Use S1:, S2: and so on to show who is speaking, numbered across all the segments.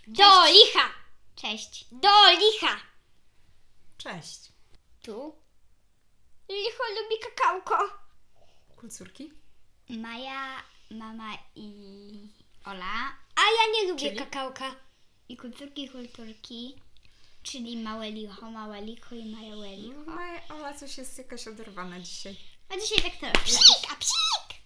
S1: Do licha!
S2: Cześć.
S1: Do licha!
S3: Cześć.
S2: Tu
S1: Licho lubi kakałko.
S3: Kulcórki?
S2: Maja, mama i Ola.
S1: A ja nie lubię
S3: Czyli?
S1: kakałka.
S2: I kulturki, czyli małe licho i małe licho.
S3: Ola coś jest jakaś oderwana dzisiaj.
S2: A dzisiaj tak troszkę.
S1: Psik, a psik!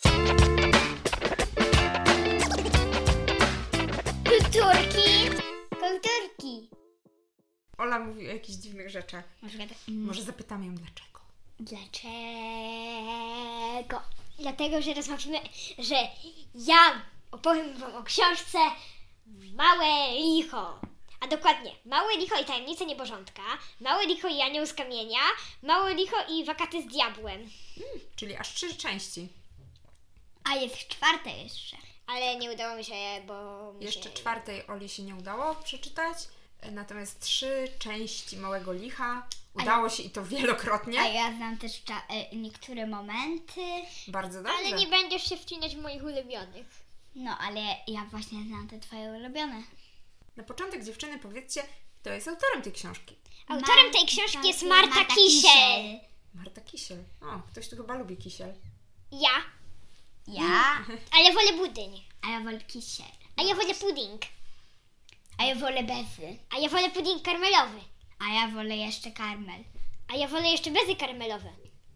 S1: Kulturki.
S3: Ola mówi o jakichś dziwnych rzeczach.
S2: Na przykład,
S3: Może zapytam ją dlaczego.
S1: Dlaczego? Dlatego, że rozmawiamy, że ja opowiem wam o książce Małe licho. A dokładnie, Małe licho i tajemnice nieborządka, Małe licho i anioł z kamienia, Małe licho i wakaty z diabłem.
S3: Czyli aż 3 części.
S2: a jest czwarte jeszcze.
S1: Ale nie udało mi się, bo mi
S3: Jeszcze
S1: się...
S3: 4 Oli się nie udało przeczytać. Natomiast 3 części Małego Licha udało się i to wielokrotnie.
S2: A ja znam też niektóre momenty.
S3: Bardzo dobrze.
S1: Ale nie będziesz się wcinać w moich ulubionych.
S2: No, ale ja właśnie znam te twoje ulubione.
S3: Na początek dziewczyny powiedzcie, kto jest autorem tej książki.
S1: Autorem tej książki jest Marta Kisiel.
S3: Marta Kisiel. O, ktoś tu chyba lubi kisiel.
S1: Ja,
S2: Ja,
S1: ale wolę budyń.
S2: a ja wolę kisiel.
S1: A ja wolę pudding.
S2: A ja wolę bezy.
S1: A ja wolę pudding karmelowy.
S2: A ja wolę jeszcze karmel.
S1: A ja wolę jeszcze bezy karmelowe.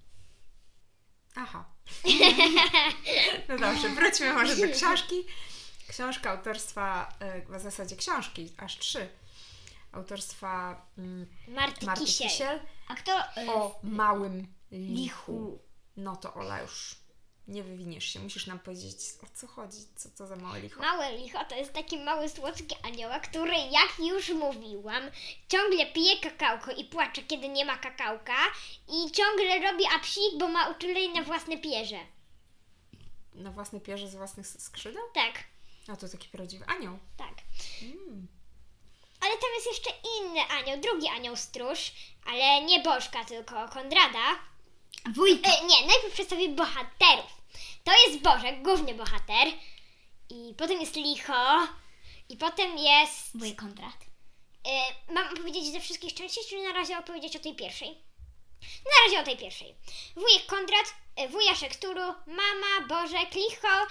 S3: Aha. No dobrze, wróćmy może do książki. Książka autorstwa, w zasadzie książki, aż 3. Autorstwa
S1: Marty
S3: Marty
S1: Kisiel.
S3: Kisiel
S2: A kto?
S3: o małym lichu.
S2: Lichu.
S3: No to Ola już nie wywiniesz się. Musisz nam powiedzieć, o co chodzi, co to za małe licho.
S1: Małe licho to jest taki mały, słodki anioła, który, jak już mówiłam, ciągle pije kakałko i płacze, kiedy nie ma kakałka i ciągle robi apsik, bo ma uczulenie na własne pierze.
S3: Na własne pierze z własnych skrzydeł?
S1: Tak,
S3: A to taki prawdziwy anioł.
S1: tak. Ale tam jest jeszcze inny anioł, drugi anioł stróż, ale nie Bożka, tylko Konrada.
S2: Wujka.
S1: Nie, najpierw przedstawię bohaterów. To jest Bożek, główny bohater. I potem jest Licho. I potem jest...
S2: Wujek Konrad.
S1: Mam opowiedzieć ze wszystkich części, czy na razie opowiedzieć o tej pierwszej? Na razie o tej pierwszej. Wujek Konrad, wujaszek Turu, mama, Bożek, Licho,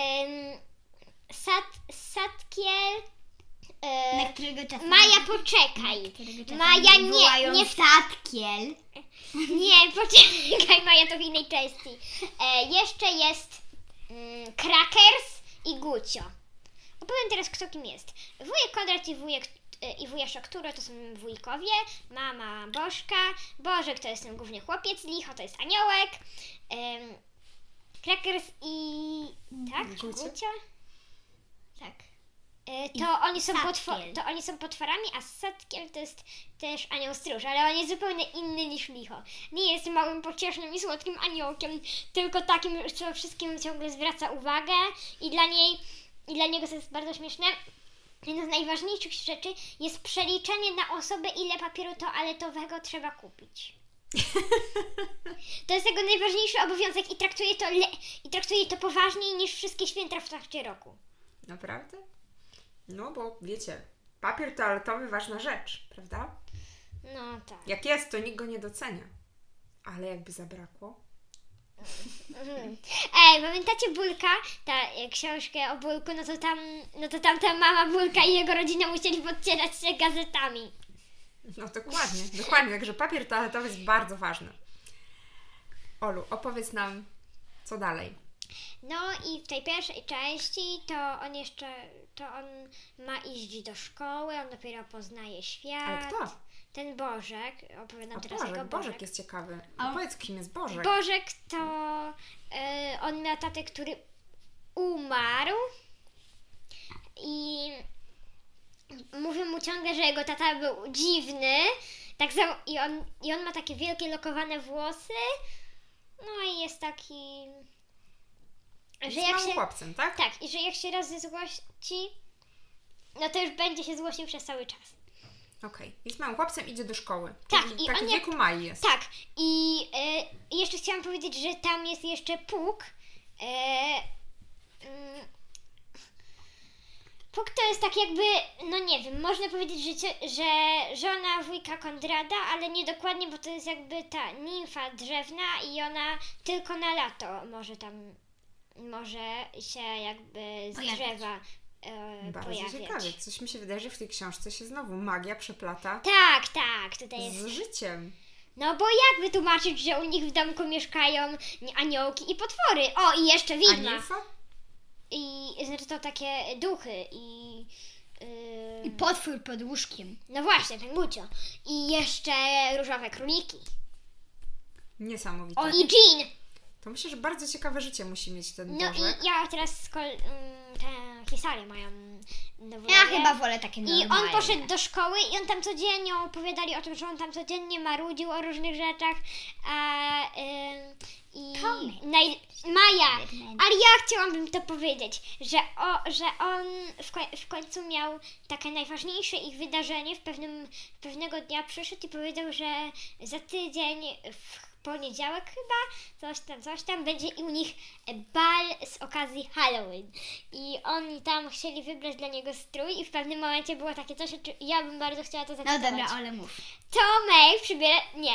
S1: Sadkiel,
S2: Na którego czasem...
S1: Maja, poczekaj.
S2: którego czasem
S1: Maja,
S2: wołają
S1: nie,
S2: Statkiel.
S1: nie, poczekaj, Maja, to w innej części. Jeszcze jest Krakers i Gucio. Opowiem teraz, kto kim jest. Wujek Konrad i wujaszek Turo to są wujkowie, mama Bożka, Bożek to jest ten główny chłopiec, Licho to jest aniołek, Krakers i... tak?
S3: Gucio?
S1: Gucio?
S2: Tak.
S1: To
S2: Sadkiel.
S1: oni są potworami, a Sadkiel to jest też anioł stróż, ale on jest zupełnie inny niż Licho. Nie jest małym, pociesznym i słodkim aniołkiem, tylko takim, co wszystkim ciągle zwraca uwagę i dla niego to jest bardzo śmieszne. Jedna z najważniejszych rzeczy jest przeliczenie na osobę, ile papieru toaletowego trzeba kupić. To jest jego najważniejszy obowiązek i traktuje to poważniej niż wszystkie święta w trakcie roku.
S3: Naprawdę? No bo wiecie, papier toaletowy ważna rzecz, prawda?
S1: No tak.
S3: Jak jest, to nikt go nie docenia. Ale jakby zabrakło?
S1: Pamiętacie Bulka? Książkę o Bulku, no to tam ta mama Bulka i jego rodzina musieli podcierać się gazetami.
S3: No dokładnie, dokładnie. Także papier toaletowy jest bardzo ważny. Olu, opowiedz nam, co dalej.
S1: No i w tej pierwszej części to on ma iść do szkoły, on dopiero poznaje świat.
S3: Ale kto?
S1: Ten Bożek, opowiadam
S3: A
S1: teraz jego
S3: Bożek jest ciekawy.
S2: A-
S3: Opowiedz, kim jest Bożek.
S1: Bożek to on miał tatę, który umarł i mówią mu ciągle, że jego tata był dziwny, tak samo i on ma takie wielkie lokowane włosy, no i jest taki, że
S3: Jest małym chłopcem, tak?
S1: tak, i że jak się raz zezłości, no to już będzie się złościł przez cały czas.
S3: Okej. Jest małym chłopcem, idzie do szkoły.
S1: Tak,
S3: Czyli
S1: i
S3: taki
S1: on
S3: w
S1: jak-
S3: wieku Mai jest.
S1: Tak, i jeszcze chciałam powiedzieć, że tam jest jeszcze puk. Puk to jest tak jakby, no nie wiem, można powiedzieć, że żona wujka Konrada, ale nie dokładnie, bo to jest jakby ta nimfa drzewna i ona tylko na lato może się jakby z
S2: Pojawiać.
S1: drzewa
S3: Bardzo
S1: pojawiać.
S3: ciekawe. Coś mi się wydaje, że w tej książce się znowu magia przeplata
S1: Tak, tutaj jest.
S3: z życiem.
S1: No bo jak wytłumaczyć, że u nich w domku mieszkają aniołki i potwory? O, i jeszcze
S3: A
S1: widma.
S3: nimfa?
S1: I znaczy to takie duchy
S2: I potwór pod łóżkiem.
S1: no właśnie, ten Bucio. I jeszcze różowe króliki.
S3: Niesamowite.
S1: I Jean.
S3: To myślę, że bardzo ciekawe życie musi mieć ten
S1: No
S3: Bożek.
S1: i ja teraz te historie mają
S2: Ja chyba wolę takie
S1: I
S2: normalne.
S1: on poszedł do szkoły i on tam codziennie opowiadali o tym, że on tam codziennie marudził o różnych rzeczach.
S2: Tomek.
S1: Maja, ale ja chciałabym to powiedzieć, że on w końcu miał takie najważniejsze ich wydarzenie. Pewnego dnia przyszedł i powiedział, że za tydzień w poniedziałek chyba, coś tam, będzie u nich bal z okazji Halloween. I oni tam chcieli wybrać dla niego strój i w pewnym momencie było takie coś, ja bym bardzo chciała to
S2: No
S1: zacytować.
S2: dobra, ale mów.
S1: Tomek przybiera... Nie.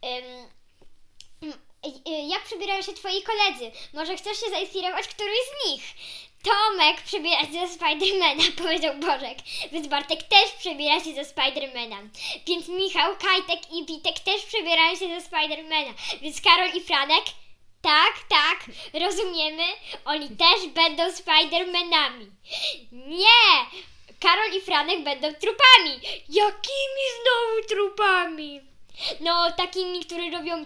S1: Jak przybierają się twoi koledzy? Może chcesz się zainspirować któryś z nich? Tomek przebiera się za Spidermana, powiedział Bożek. Więc Bartek też przebiera się za Spidermana. Więc Michał, Kajtek i Witek też przebierają się za Spidermana. Więc Karol i Franek, tak, rozumiemy, oni też będą Spidermanami. Nie! Karol i Franek będą trupami. Jakimi znowu trupami? No, takimi, które robią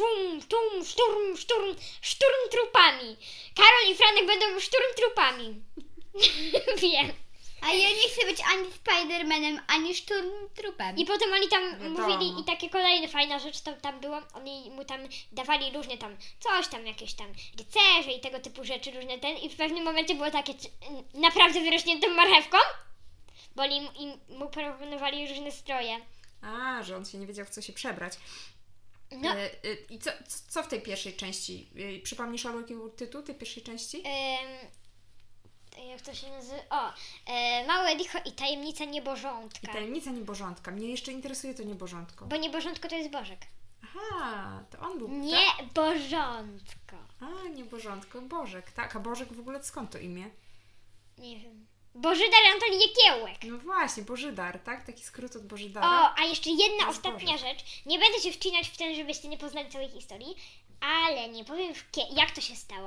S1: szturm trupami. Karol i Franek będą szturm trupami. Wiem.
S2: A ja nie chcę być ani Spidermanem, ani Szturmtrupem.
S1: I potem oni tam
S3: Wiadomo.
S1: mówili i takie kolejne fajna rzecz tam było, oni mu tam dawali różne tam, coś tam, jakieś tam rycerze i tego typu rzeczy, różne i w pewnym momencie było takie naprawdę wyrośniętą marchewką, bo oni mu proponowali różne stroje.
S3: A, że on się nie wiedział, w co się przebrać.
S1: No.
S3: I co w tej pierwszej części? Przypomnisz, albo jaki był tytuł tej pierwszej części?
S1: Jak to się nazywa? Małe licho i tajemnica niebożątka.
S3: I tajemnica niebożątka. Mnie jeszcze interesuje to niebożątko.
S1: Bo niebożątko to jest Bożek.
S3: Aha, to on był, tak?
S1: Niebożątko.
S3: A, niebożątko, Bożek, tak. A Bożek w ogóle skąd to imię?
S1: Nie wiem. Bożydar Antoni Jekiełek.
S3: No właśnie, Bożydar, tak? Taki skrót od Bożydara.
S1: O, a jeszcze jedna
S3: To jest
S1: ostatnia
S3: Bożek.
S1: rzecz. Nie będę się wcinać w ten, żebyście nie poznali całej historii, ale nie powiem jak to się stało.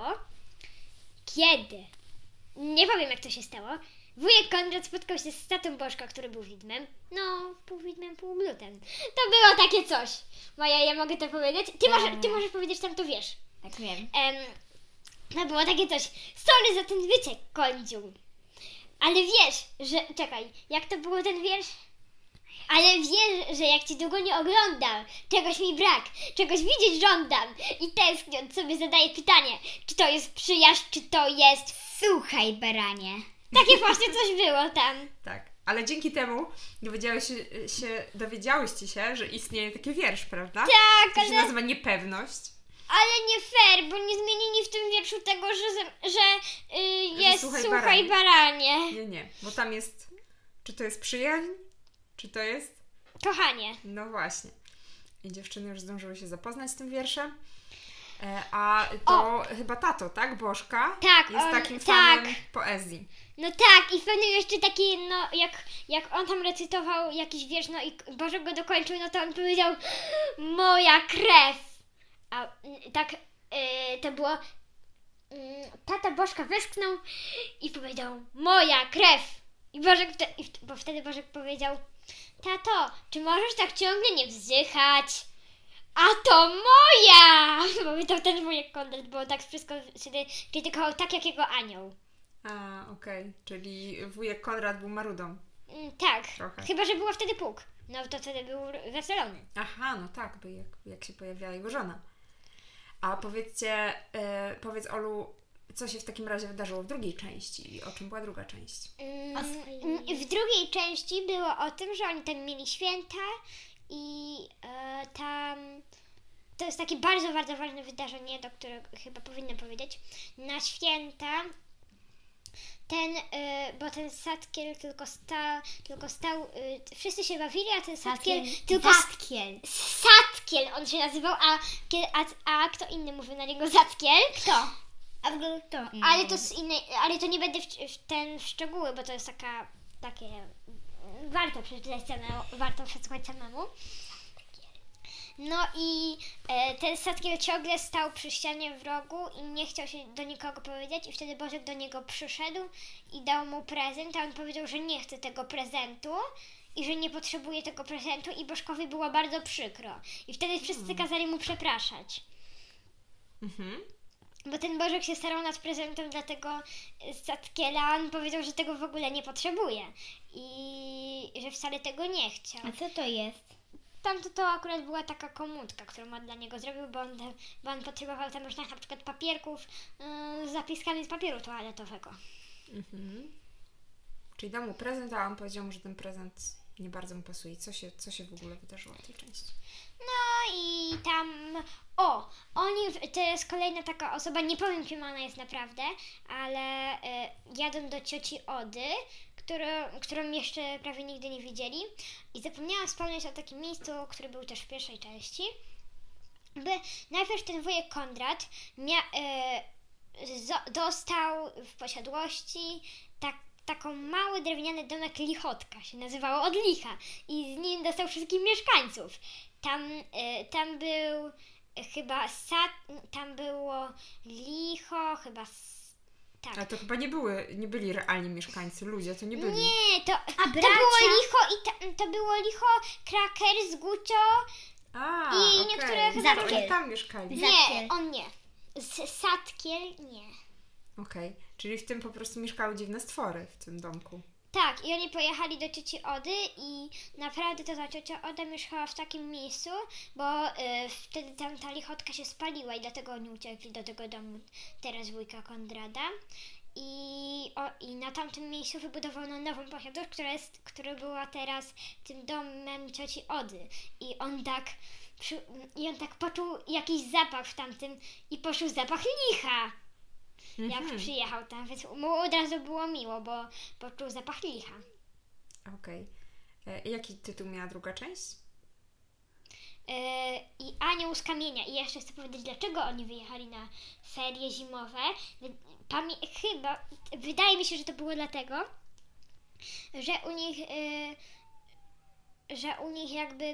S1: Kiedy? Nie powiem jak to się stało. Wujek Konrad spotkał się z tatą Bożka, który był widmem. No, pół widmem, pół glutem. To było takie coś. Maja, ja mogę to powiedzieć? Ty możesz powiedzieć, tam to wiesz.
S2: Tak wiem.
S1: To było takie coś. Sorry za ten wyciek, Kondziu. Ale wiesz, że... Czekaj, jak to było ten wiersz? Ale wiesz, że jak cię długo nie oglądam, czegoś mi brak, czegoś widzieć żądam i tęskniąc sobie zadaję pytanie, czy to jest przyjaźń, czy to jest...
S2: Słuchaj, baranie.
S1: Takie właśnie coś było tam.
S3: Tak, ale dzięki temu dowiedziałyście się, że istnieje taki wiersz, prawda?
S1: Tak,
S3: To się
S1: ale...
S3: nazywa Niepewność.
S1: Ale nie fair, bo nie zmienili w tym wierszu tego, że jest słuchaj baranie.
S3: Nie, bo tam jest, czy to jest przyjaźń, czy to jest...
S1: Kochanie.
S3: No właśnie. I dziewczyny już zdążyły się zapoznać z tym wierszem. A to chyba tato, tak? Bożka?
S1: Tak,
S3: jest
S1: on-
S3: takim
S1: tak.
S3: fanem poezji.
S1: No tak, i w pewnym jeszcze taki, no jak on tam recytował jakiś wiersz, no i Bożek go dokończył, no to on powiedział moja krew. A tak to było, tata Bożka westchnął i powiedział moja krew. I Bożek, bo wtedy Bożek powiedział, tato, czy możesz tak ciągle nie wzdychać? A to moja! Powiedział ten wujek Konrad, bo tak wszystko wtedy krytykował tak jak jego anioł.
S3: A, okej. Czyli wujek Konrad był marudą.
S1: Tak,
S3: Trochę.
S1: chyba że była wtedy Puk. No to wtedy był weselony.
S3: Aha, no tak, bo jak się pojawiała jego żona. A powiedz Olu, co się w takim razie wydarzyło w drugiej części i o czym była druga część?
S1: W drugiej części było o tym, że oni tam mieli święta i tam to jest takie bardzo, bardzo ważne wydarzenie, do którego chyba powinnam powiedzieć. Na święta bo ten Satkiel tylko stał, wszyscy się bawili, a ten Satkiel Satkiel on się nazywał, a kto inny mówił na niego Zatkiel?
S2: Kto? A w ogóle kto?
S1: Ale to nie będę w szczegóły, bo to jest takie warto przeczytać samemu, warto przesłuchać samemu. No i ten Satkiel ciągle stał przy ścianie w rogu i nie chciał się do nikogo powiedzieć i wtedy Bożek do niego przyszedł i dał mu prezent, a on powiedział, że nie chce tego prezentu i że nie potrzebuje tego prezentu i Bożkowi było bardzo przykro. I wtedy wszyscy kazali mu przepraszać. Bo ten Bożek się starał nad prezentem dla tego Satkiela, a on powiedział, że tego w ogóle nie potrzebuje i że wcale tego nie chciał.
S2: A co to jest?
S1: To akurat była taka komórka, którą on dla niego zrobił, bo on potrzebował tam różnych na przykład papierków z zapiskami z papieru toaletowego.
S3: Czyli dał mu prezent, a on powiedział mu, że ten prezent nie bardzo mu pasuje. Co się w ogóle wydarzyło w tej części?
S1: No i tam... to jest kolejna taka osoba, nie powiem kim ona jest naprawdę, ale jadą do cioci Ody, którą jeszcze prawie nigdy nie widzieli. I zapomniałam wspomnieć o takim miejscu, który był też w pierwszej części. Najpierw ten wujek Kondrat dostał w posiadłości taką mały drewniany domek Lichotka, się nazywało od licha i z nim dostał wszystkich mieszkańców. Tam był chyba tam było licho, chyba tak.
S3: Ale to chyba nie byli realni mieszkańcy, ludzie, to nie byli.
S1: Nie, to było licho i to było licho, Kraker, Zgucio i niektóre chyba...
S3: Oni tam mieszkali.
S1: Nie, on nie. Satkiel nie.
S3: Okej, czyli w tym po prostu mieszkały dziwne stwory w tym domku.
S1: Tak, i oni pojechali do cioci Ody i naprawdę to ta ciocia Oda mieszkała w takim miejscu, bo wtedy tam ta lichotka się spaliła i dlatego oni uciekli do tego domu teraz wujka Kondrada. I na tamtym miejscu wybudowano nową posiadłość, która była teraz tym domem cioci Ody. I on tak poczuł jakiś zapach w tamtym i poczuł zapach licha. Jak przyjechał tam, więc mu od razu było miło, bo poczuł zapach licha.
S3: Okej. Jaki tytuł miała druga część?
S1: I Anioł z kamienia. I jeszcze chcę powiedzieć, dlaczego oni wyjechali na ferie zimowe. Wydaje mi się, że to było dlatego, że u nich jakby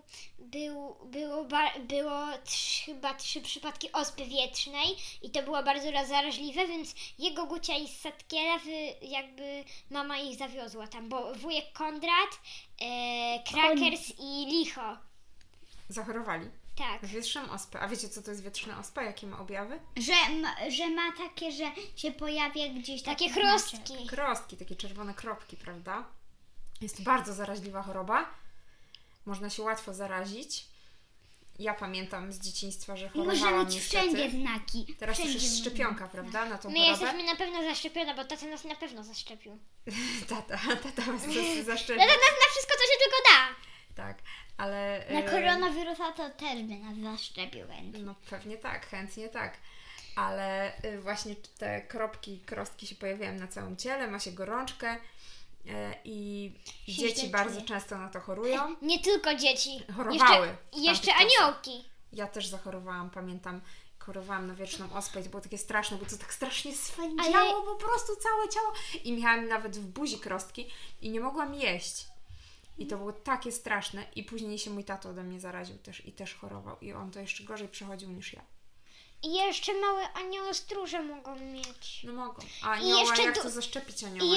S1: było chyba 3 przypadki ospy wietrznej i to było bardzo zaraźliwe, więc jego Gucia i Satkiela jakby mama ich zawiozła tam, bo wujek Kondrat, Krakers i Licho
S3: zachorowali?
S1: Tak.
S3: Wietrzną ospę. A wiecie, co to jest wietrzna ospa? Jakie ma objawy?
S2: Że ma takie, że się pojawia gdzieś
S1: takie chrostki.
S3: Krostki, takie czerwone kropki, prawda? Jest to bardzo zaraźliwa choroba. Można się łatwo zarazić. Ja pamiętam z dzieciństwa, że chorowałam
S2: Może mieć
S3: niestety.
S2: wszędzie znaki.
S3: Teraz już jest szczepionka, prawda, na tą
S1: My
S3: chorobę.
S1: jesteśmy na pewno zaszczepione, bo tata nas na pewno zaszczepił.
S3: Tata was zaszczepił.
S1: Tata nas na wszystko, co się tylko da.
S3: Tak, ale...
S2: Na koronawirusa to też by nas zaszczepił chętnie.
S3: No pewnie tak, chętnie tak. Ale właśnie te krostki się pojawiają na całym ciele, ma się gorączkę i dzieci bardzo często na to chorują.
S1: Nie tylko dzieci.
S3: Chorowały.
S1: Jeszcze aniołki.
S3: Ja też zachorowałam, pamiętam. Chorowałam na wieczną ospę i to było takie straszne, bo to tak strasznie swędziało po prostu całe ciało. I miałam nawet w buzi krostki i nie mogłam jeść. I to było takie straszne. I później się mój tato ode mnie zaraził też i też chorował. I on to jeszcze gorzej przechodził niż ja.
S1: I jeszcze małe anioły stróże mogą mieć.
S3: No mogą. A anioła, ja chcę zaszczepić anioła,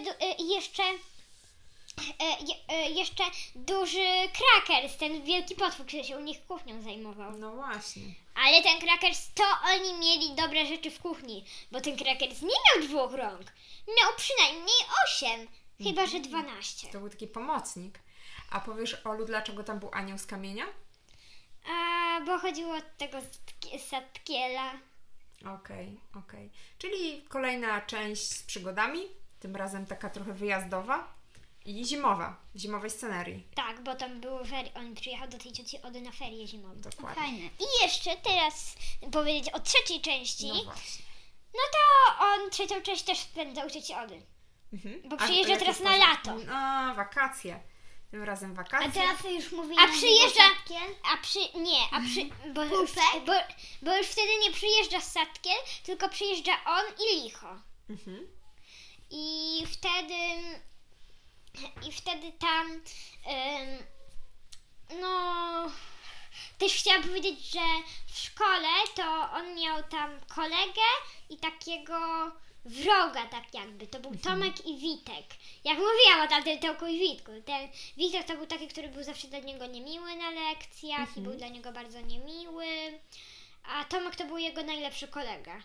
S1: jeszcze duży Krakers, ten wielki potwór, który się u nich kuchnią zajmował.
S3: No właśnie.
S1: Ale ten Krakers, to oni mieli dobre rzeczy w kuchni, bo ten Krakers nie miał 2 rąk. Miał przynajmniej 8, chyba że 12.
S3: To był taki pomocnik. A powiesz, Olu, dlaczego tam był anioł z kamienia?
S1: Bo chodziło o tego Satkiela.
S3: Okej. Czyli kolejna część z przygodami, tym razem taka trochę wyjazdowa i zimowa, w zimowej scenerii.
S1: Tak, bo tam były on przyjechał do tej cioci Ody na ferie zimowe.
S3: Dokładnie.
S2: Fajne.
S1: I jeszcze teraz powiedzieć o trzeciej części.
S3: No właśnie.
S1: No to on trzecią część też spędza u cioci Ody. Bo przyjeżdża
S3: jakie
S1: teraz na
S3: porze-
S1: lato.
S3: No, wakacje. Tym razem wakacje.
S2: A teraz już mówi
S1: A przyjeżdża,
S2: Pupek?
S1: bo już wtedy nie przyjeżdża Sadkiel, tylko przyjeżdża on i Licho. I wtedy tam, no, też chciałam powiedzieć, że w szkole to on miał tam kolegę i takiego wroga, tak jakby. To był Tomek i Witek. Jak mówiłam o tamtym Tomku i Witku. Ten Witek to był taki, który był zawsze dla niego niemiły na lekcjach i był dla niego bardzo niemiły. A Tomek to był jego najlepszy kolega.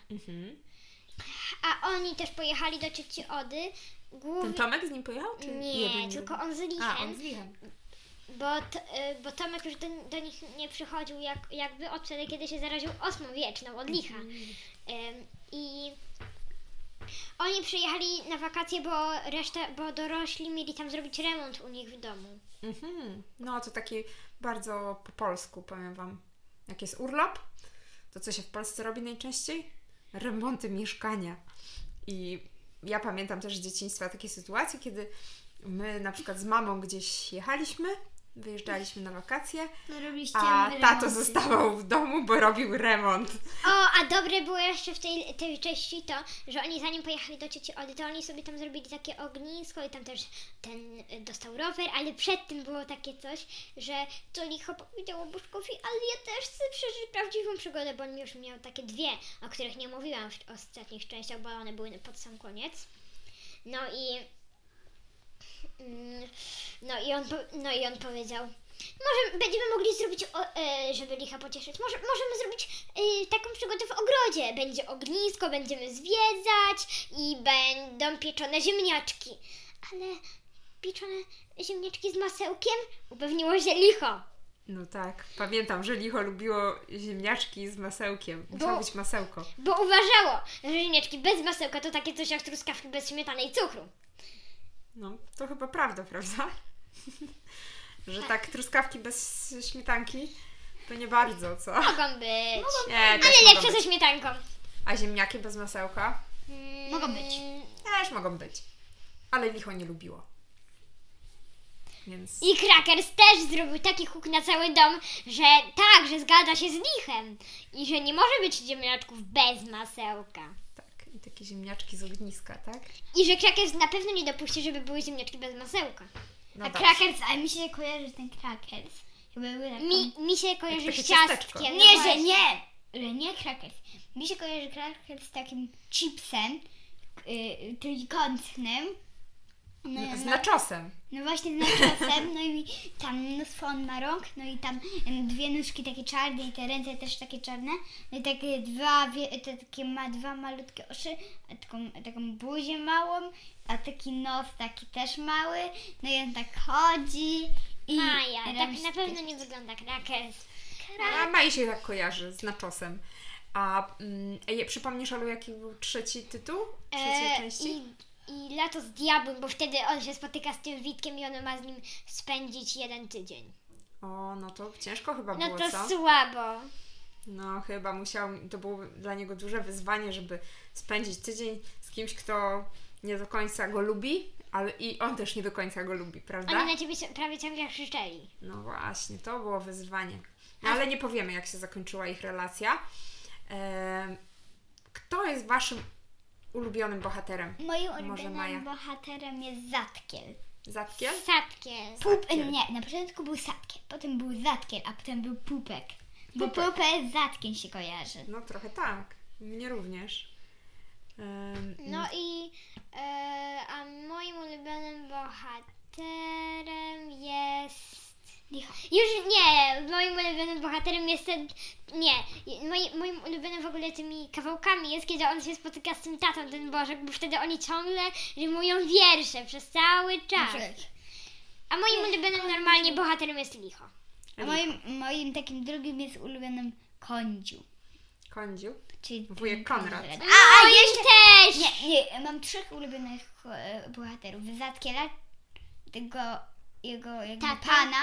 S1: A oni też pojechali do cioci Ody.
S3: Ten Tomek z nim pojechał? Czy
S1: Nie,
S3: jeden
S1: tylko
S3: drugi?
S1: on z Lichem.
S3: A, on z Lichem.
S1: Bo Tomek już do nich nie przychodził jakby od wtedy, kiedy się zaraził osmą wieczną od Licha. I oni przyjechali na wakacje, bo dorośli mieli tam zrobić remont u nich w domu.
S3: No to taki bardzo po polsku, powiem Wam. Jak jest urlop, to co się w Polsce robi najczęściej? Remonty mieszkania. I ja pamiętam też z dzieciństwa takie sytuacje, kiedy my na przykład z mamą gdzieś jechaliśmy, wyjeżdżaliśmy na wakacje, a tato zostawał w domu, bo robił remont.
S1: A dobre było jeszcze w tej części to, że oni zanim pojechali do cioci Ody, to oni sobie tam zrobili takie ognisko i tam też ten dostał rower, ale przed tym było takie coś, że to Licho powiedział Bożkowi, ale ja też chcę przeżyć prawdziwą przygodę, bo on już miał takie dwie, o których nie mówiłam w ostatnich częściach, bo one były pod sam koniec. No i on powiedział, może będziemy mogli zrobić, żeby Licha pocieszyć, możemy zrobić taką przygodę w ogrodzie. Będzie ognisko, będziemy zwiedzać i będą pieczone ziemniaczki. Ale pieczone ziemniaczki z masełkiem? Upewniło się Licho.
S3: No tak, pamiętam, że Licho lubiło ziemniaczki z masełkiem. Musiało być masełko.
S1: Bo uważało, że ziemniaczki bez masełka to takie coś jak truskawki bez śmietany i cukru.
S3: No, to chyba prawda? Że tak truskawki bez śmietanki to nie bardzo, co?
S1: Mogą być.
S3: Nie,
S1: Ale
S3: też mogą
S1: lepsze ze
S3: być.
S1: śmietanką.
S3: A ziemniaki bez masełka?
S2: Mogą być.
S3: Też mogą być. Ale Licho nie lubiło. Więc...
S1: I Krakers też zrobił taki huk na cały dom, że tak, że zgadza się z Lichem. I że nie może być ziemniaczków bez masełka.
S3: Tak, i takie ziemniaczki z ogniska, tak?
S1: I że Krakers na pewno nie dopuści, żeby były ziemniaczki bez masełka.
S3: No
S2: A
S3: dobrze.
S2: Krakers, a mi się kojarzy ten Krakers. Jakby był taką...
S1: Mi się kojarzy
S3: takie
S1: z
S3: ciasteczko.
S1: ciastkiem.
S2: Nie,
S1: no
S2: że
S1: właśnie.
S2: nie! Że nie Krakers. Mi się kojarzy Krakers z takim chipsem trójkątnym.
S3: Z naczosem.
S2: No właśnie z naczosem, no i tam mnóstwo on ma rąk, no i tam dwie nóżki takie czarne i te ręce też takie czarne, no i takie ma dwa malutkie oczy, a taką buzię małą, a taki nos taki też mały, no i on tak chodzi i...
S1: Tak na pewno nie wygląda Krakers.
S3: A Mai się tak kojarzy z naczosem. A przypomnisz, Olu, jaki był trzeci tytuł? Trzeciej części?
S1: I lato z diabłem, bo wtedy on się spotyka z tym Witkiem i on ma z nim spędzić 1 tydzień.
S3: O, no to ciężko chyba
S1: No
S3: było,
S1: to
S3: co?
S1: słabo.
S3: No chyba to było dla niego duże wyzwanie, żeby spędzić tydzień z kimś, kto nie do końca go lubi, ale i on też nie do końca go lubi, prawda?
S1: Oni na ciebie prawie ciągle krzyczeli.
S3: No właśnie, to było wyzwanie. No ale nie powiemy, jak się zakończyła ich relacja. Kto jest waszym ulubionym bohaterem?
S2: Moim
S3: Może Maja.
S2: ulubionym bohaterem jest Zatkiel.
S3: Zatkiel?
S1: Sadkiel.
S3: Zatkiel.
S2: Nie, na początku był Satkiel, potem był Zatkiel, a potem był Pupek. Bo Pupek z Zatkiem się kojarzy.
S3: No trochę tak. Mnie również.
S1: A moim ulubionym bohaterem jest...
S2: Licho.
S1: Już nie, moim ulubionym bohaterem jest ten... Nie, moim ulubionym w ogóle tymi kawałkami jest, kiedy on się spotyka z tym tatą, ten Bożek, bo wtedy oni ciągle rymują wiersze przez cały czas. A moim ulubionym normalnie bohaterem jest Licho.
S2: A moim takim drugim jest ulubionym Kondziu.
S3: Kondziu?
S2: Czyli
S3: Wujek Konrad.
S2: A
S1: Moim
S2: jeszcze...
S1: też!
S2: Nie, mam 3 ulubionych bohaterów. Zatkiela, jego
S1: Tata.
S2: pana,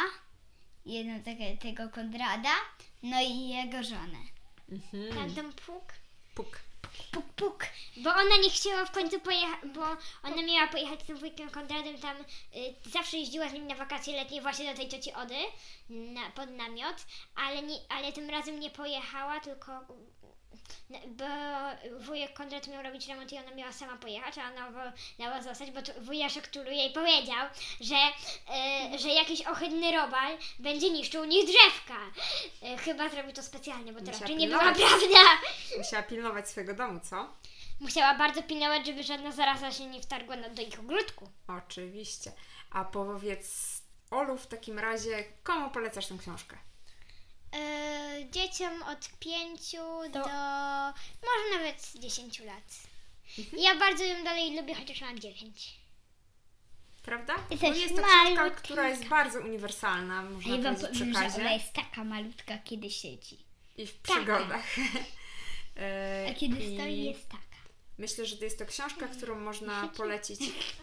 S2: tego Konrada, no i jego żonę.
S1: Tamten puk.
S3: Puk.
S2: Puk, puk.
S1: Bo ona nie chciała w końcu pojechać, bo ona miała pojechać z tym wujkiem Konradem tam, zawsze jeździła z nim na wakacje letnie właśnie do tej cioci Ody pod namiot, ale tym razem nie pojechała, tylko bo wujek Konrad miał robić remont i ona miała sama pojechać, a ona wolała zostać, bo wujaszek Tulu jej powiedział, że jakiś ohydny robal będzie niszczył u nich drzewka. Chyba zrobił to specjalnie, bo to
S3: Musiała
S1: raczej nie była
S3: pilnować.
S1: prawda.
S3: Musiała pilnować swojego domu, co?
S1: Musiała bardzo pilnować, żeby żadna zaraza się nie wtargła do ich ogródku.
S3: Oczywiście. A powiedz, Olu, w takim razie, komu polecasz tę książkę?
S1: Dzieciom od 5 do może nawet 10 lat. Ja bardzo ją dalej lubię, chociaż mam 9.
S3: Prawda?
S2: Jesteś
S3: Bo jest to książka,
S2: malutka.
S3: która jest bardzo uniwersalna,
S2: A
S3: można
S2: ja wam
S3: powiedzieć przy
S2: powiem, że
S3: kazie
S2: ona jest taka malutka, kiedy siedzi.
S3: i w przygodach.
S2: A kiedy
S3: I
S2: stoi, jest taka.
S3: myślę, że to jest to książka, którą można polecić.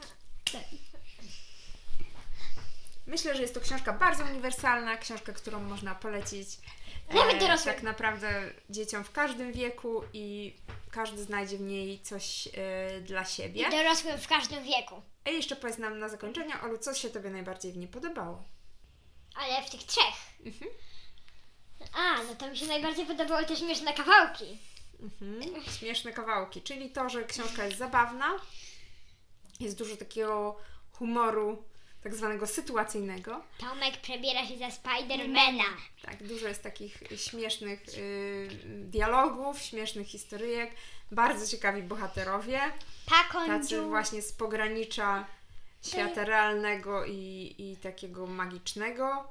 S3: Myślę, że jest to książka bardzo uniwersalna, książka, którą można polecić
S1: Nawet dorosłym.
S3: tak naprawdę dzieciom w każdym wieku i każdy znajdzie w niej coś dla siebie.
S1: I dorosłym w każdym wieku.
S3: A jeszcze powiedz nam na zakończenie, Olu, co się Tobie najbardziej w niej podobało?
S1: Ale w tych 3.
S3: Mhm.
S1: No to mi się najbardziej podobały te śmieszne kawałki.
S3: Śmieszne kawałki, czyli to, że książka jest zabawna, jest dużo takiego humoru, tak zwanego sytuacyjnego.
S1: Tomek przebiera się za Spidermana.
S3: Tak, dużo jest takich śmiesznych dialogów, śmiesznych historyjek, bardzo ciekawi bohaterowie, tacy właśnie z pogranicza świata realnego i takiego magicznego.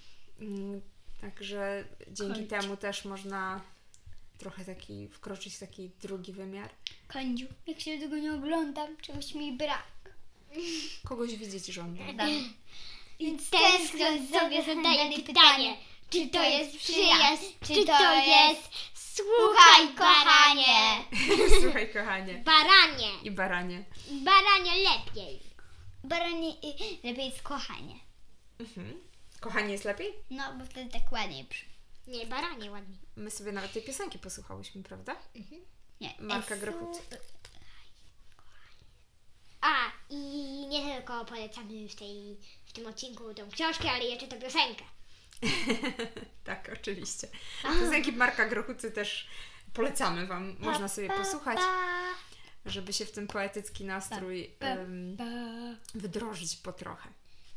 S3: Także dzięki temu też można trochę wkroczyć w taki drugi wymiar.
S2: Kądziu, jak się tego nie oglądam, czegoś mi brak.
S3: Kogoś widzieć żądam.
S1: Więc tęskniąc sobie zadaję pytanie, czy to jest przyjaźń, czy to jest słuchaj kochanie.
S3: Słuchaj, kochanie.
S1: Baranie.
S3: I baranie.
S1: Baranie lepiej.
S2: Baranie lepiej jest kochanie.
S3: Kochanie jest lepiej?
S2: No, bo wtedy tak ładniej brzmi.
S1: Nie, baranie ładniej.
S3: My sobie nawet tej piosenki posłuchałyśmy, prawda?
S2: Nie.
S3: Marka Grochucy.
S1: I nie tylko polecamy w tym odcinku tą książkę, ale jeszcze tę piosenkę.
S3: Tak, oczywiście. Piosenki Marka Grochucy też polecamy Wam. Można sobie posłuchać, żeby się w ten poetycki nastrój wdrożyć po trochę.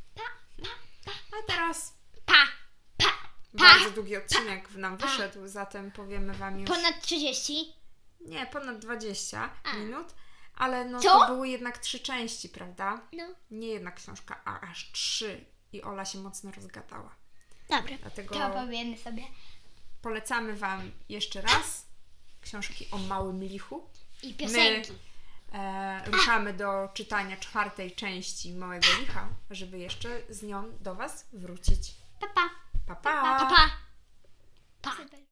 S3: A teraz bardzo długi odcinek nam wyszedł, zatem powiemy Wam już...
S1: Ponad 30.
S3: Nie, ponad 20 minut. Ale no
S1: Co?
S3: to były jednak 3 części, prawda?
S1: No.
S3: Nie jedna książka, a aż 3. I Ola się mocno rozgadała.
S2: Dobra,
S3: Dlatego
S2: to powiemy sobie.
S3: polecamy Wam jeszcze raz książki o Małym Lichu.
S1: I piosenki.
S3: My ruszamy do czytania 4. części Małego Licha, żeby jeszcze z nią do Was wrócić.
S2: Pa, pa.
S3: Pa, pa!
S1: Pa, pa. Pa.
S2: Super.